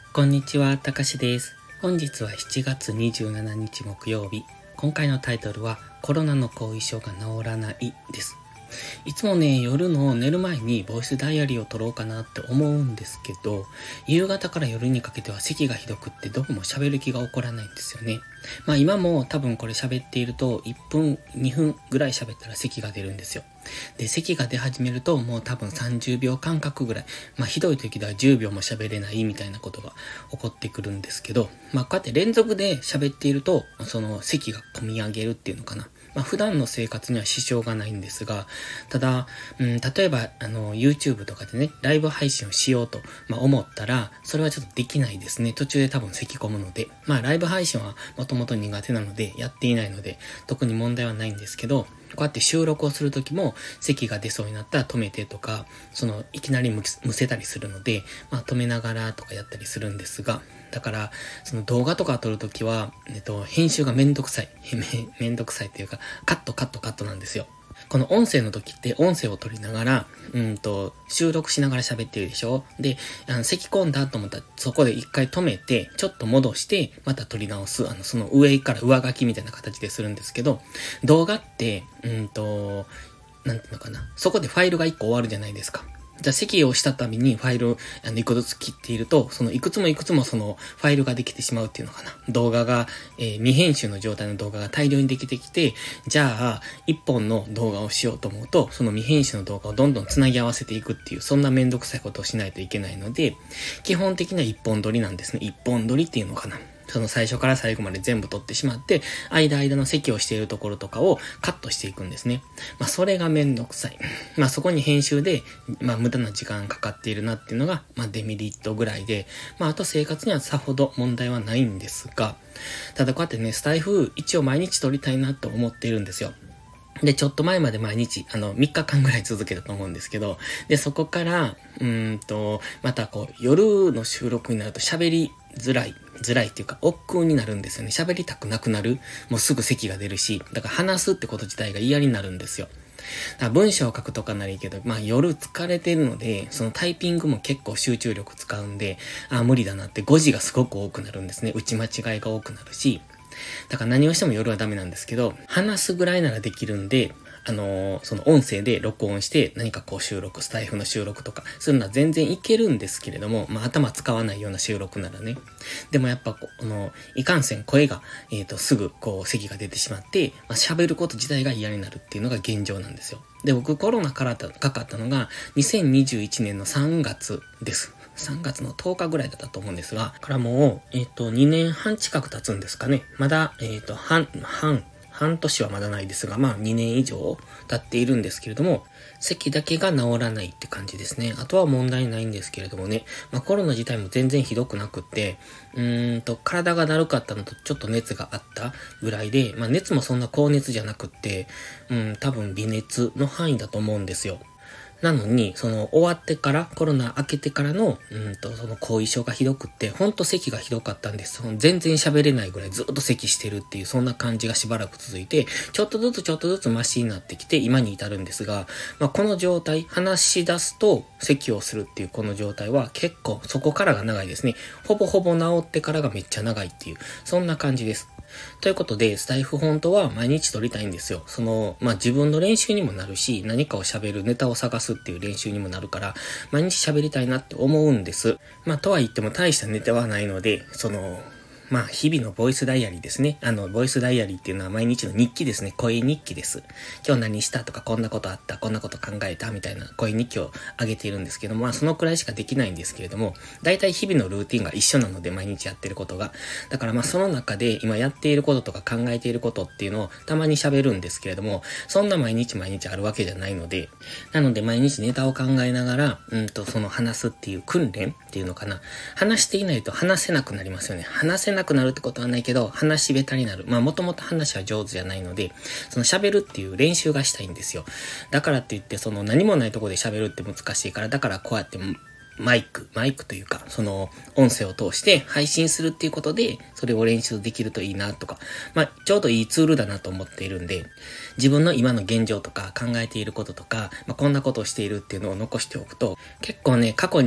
こんにちは、たかしです。本日は7月27日木曜日。今回のタイトルはコロナの後遺症が治らないです。いつもね、夜の寝る前にボイスダイアリーを撮ろうかなって思うんですけど、夕方から夜にかけては咳がひどくってどこも喋る気が起こらないんですよね。今も多分これ喋っていると1分、2分ぐらい喋ったら咳が出るんですよ。で、咳が出始めるともう多分30秒間隔ぐらい、ひどい時では10秒も喋れないみたいなことが起こってくるんですけど、こうやって連続で喋っていると、その咳が込み上げるっていうのかな。普段の生活には支障がないんですが、ただ、例えば、YouTube とかでね、ライブ配信をしようと、思ったら、それはちょっとできないですね。途中で多分咳込むので。ライブ配信はもともと苦手なので、やっていないので、特に問題はないんですけど、こうやって収録をするときも、咳が出そうになったら止めてとか、いきなりむせたりするので、止めながらとかやったりするんですが、だから、動画とか撮るときは、編集がめんどくさい。めんどくさいっていうか、カットなんですよ。この音声の時って音声を取りながら、収録しながら喋ってるでしょ。で、咳込んだと思ったら、そこで一回止めて、ちょっと戻して、また取り直す。その上から上書きみたいな形でするんですけど、動画って、なんていうのかな。そこでファイルが一個終わるじゃないですか。じゃあ席を押したたびにファイル一個ずつ切っていると、いくつもそのファイルができてしまうっていうのかな。動画が、未編集の状態の動画が大量にできてきて、じゃあ、一本の動画をしようと思うと、その未編集の動画をどんどん繋ぎ合わせていくっていう、そんなめんどくさいことをしないといけないので、基本的な一本撮りなんですね。一本撮りっていうのかな。その最初から最後まで全部撮ってしまって、間の席をしているところとかをカットしていくんですね。それがめんどくさい。そこに編集で、無駄な時間かかっているなっていうのが、デメリットぐらいで、あと生活にはさほど問題はないんですが、ただこうやってね、スタイフ一応毎日撮りたいなと思っているんですよ。で、ちょっと前まで毎日、3日間ぐらい続けたと思うんですけど、で、そこから、また夜の収録になると喋りづらいっていうか、億劫になるんですよね。喋りたくなくなる。もうすぐ咳が出るし、だから話すってこと自体が嫌になるんですよ。だから文章を書くとかならいいけど、夜疲れてるので、そのタイピングも結構集中力使うんで、無理だなって誤字がすごく多くなるんですね。打ち間違いが多くなるし、だから何をしても夜はダメなんですけど、話すぐらいならできるんで、その音声で録音して何かスタイフの収録とか、そういうのは全然いけるんですけれども、頭使わないような収録ならね。でもやっぱいかんせん声が、すぐ咳が出てしまって、喋ること自体が嫌になるっていうのが現状なんですよ。で、僕コロナからかかったのが2021年の3月です。3月の10日ぐらいだったと思うんですが、からもう、2年半近く経つんですかね。まだ、半年はまだないですが、2年以上経っているんですけれども、咳だけが治らないって感じですね。あとは問題ないんですけれどもね。コロナ自体も全然ひどくなくって、体がだるかったのとちょっと熱があったぐらいで、熱もそんな高熱じゃなくって、多分微熱の範囲だと思うんですよ。なのに、終わってから、コロナ明けてからの、その後遺症がひどくって、ほんと咳がひどかったんです。全然喋れないぐらいずっと咳してるっていう、そんな感じがしばらく続いて、ちょっとずつマシになってきて、今に至るんですが、この状態、話し出すと咳をするっていうこの状態は結構そこからが長いですね。ほぼ治ってからがめっちゃ長いっていう、そんな感じです。ということで、スタイフ本当は毎日撮りたいんですよ。自分の練習にもなるし、何かを喋るネタを探すっていう練習にもなるから、毎日喋りたいなって思うんです。とは言っても大したネタはないので、日々のボイスダイアリーですね。ボイスダイアリーっていうのは毎日の日記ですね。声日記です。今日何したとか、こんなことあった、こんなこと考えた、みたいな声日記を上げているんですけども、そのくらいしかできないんですけれども、だいたい日々のルーティンが一緒なので、毎日やってることが。だからその中で今やっていることとか考えていることっていうのをたまに喋るんですけれども、そんな毎日あるわけじゃないので、なので毎日ネタを考えながら、話すっていう訓練っていうのかな。話していないと話せなくなりますよね。話せなくなるってことはないけど、話し下手になる。もともと話は上手じゃないので、喋るっていう練習がしたいんですよ。だからって言って、何もないところで喋るって難しいから、だからこうやってマイクというか、音声を通して配信するっていうことで、それを練習できるといいなとか、ちょうどいいツールだなと思っているんで、自分の今の現状とか考えていることとか、こんなことをしているっていうのを残しておくと、結構ね、過去に、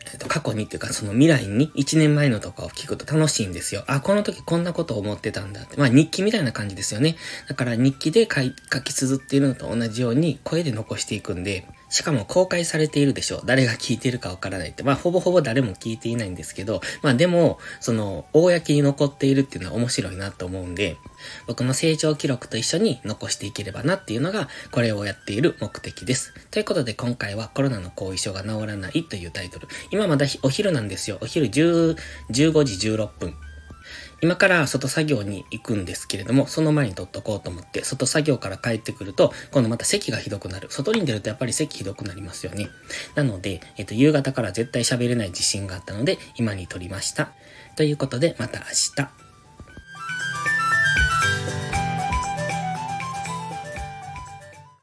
過去にっていうかその未来に1年前のとかを聞くと楽しいんですよ。あ、この時こんなことを思ってたんだって。まあ日記みたいな感じですよね。だから日記で書き綴っているのと同じように声で残していくんで、しかも公開されているでしょう。誰が聞いているかわからないって。まあほぼほぼ誰も聞いていないんですけど、まあでも、公に残っているっていうのは面白いなと思うんで、僕の成長記録と一緒に残していければなっていうのが、これをやっている目的です。ということで今回はコロナの後遺症が治らないというタイトル。今まだお昼なんですよ。お昼15時16分。今から外作業に行くんですけれども、その前に撮っとこうと思って、外作業から帰ってくると、今度また咳がひどくなる。外に出るとやっぱり咳ひどくなりますよね。なので、夕方から絶対喋れない自信があったので、今に撮りました。ということで、また明日。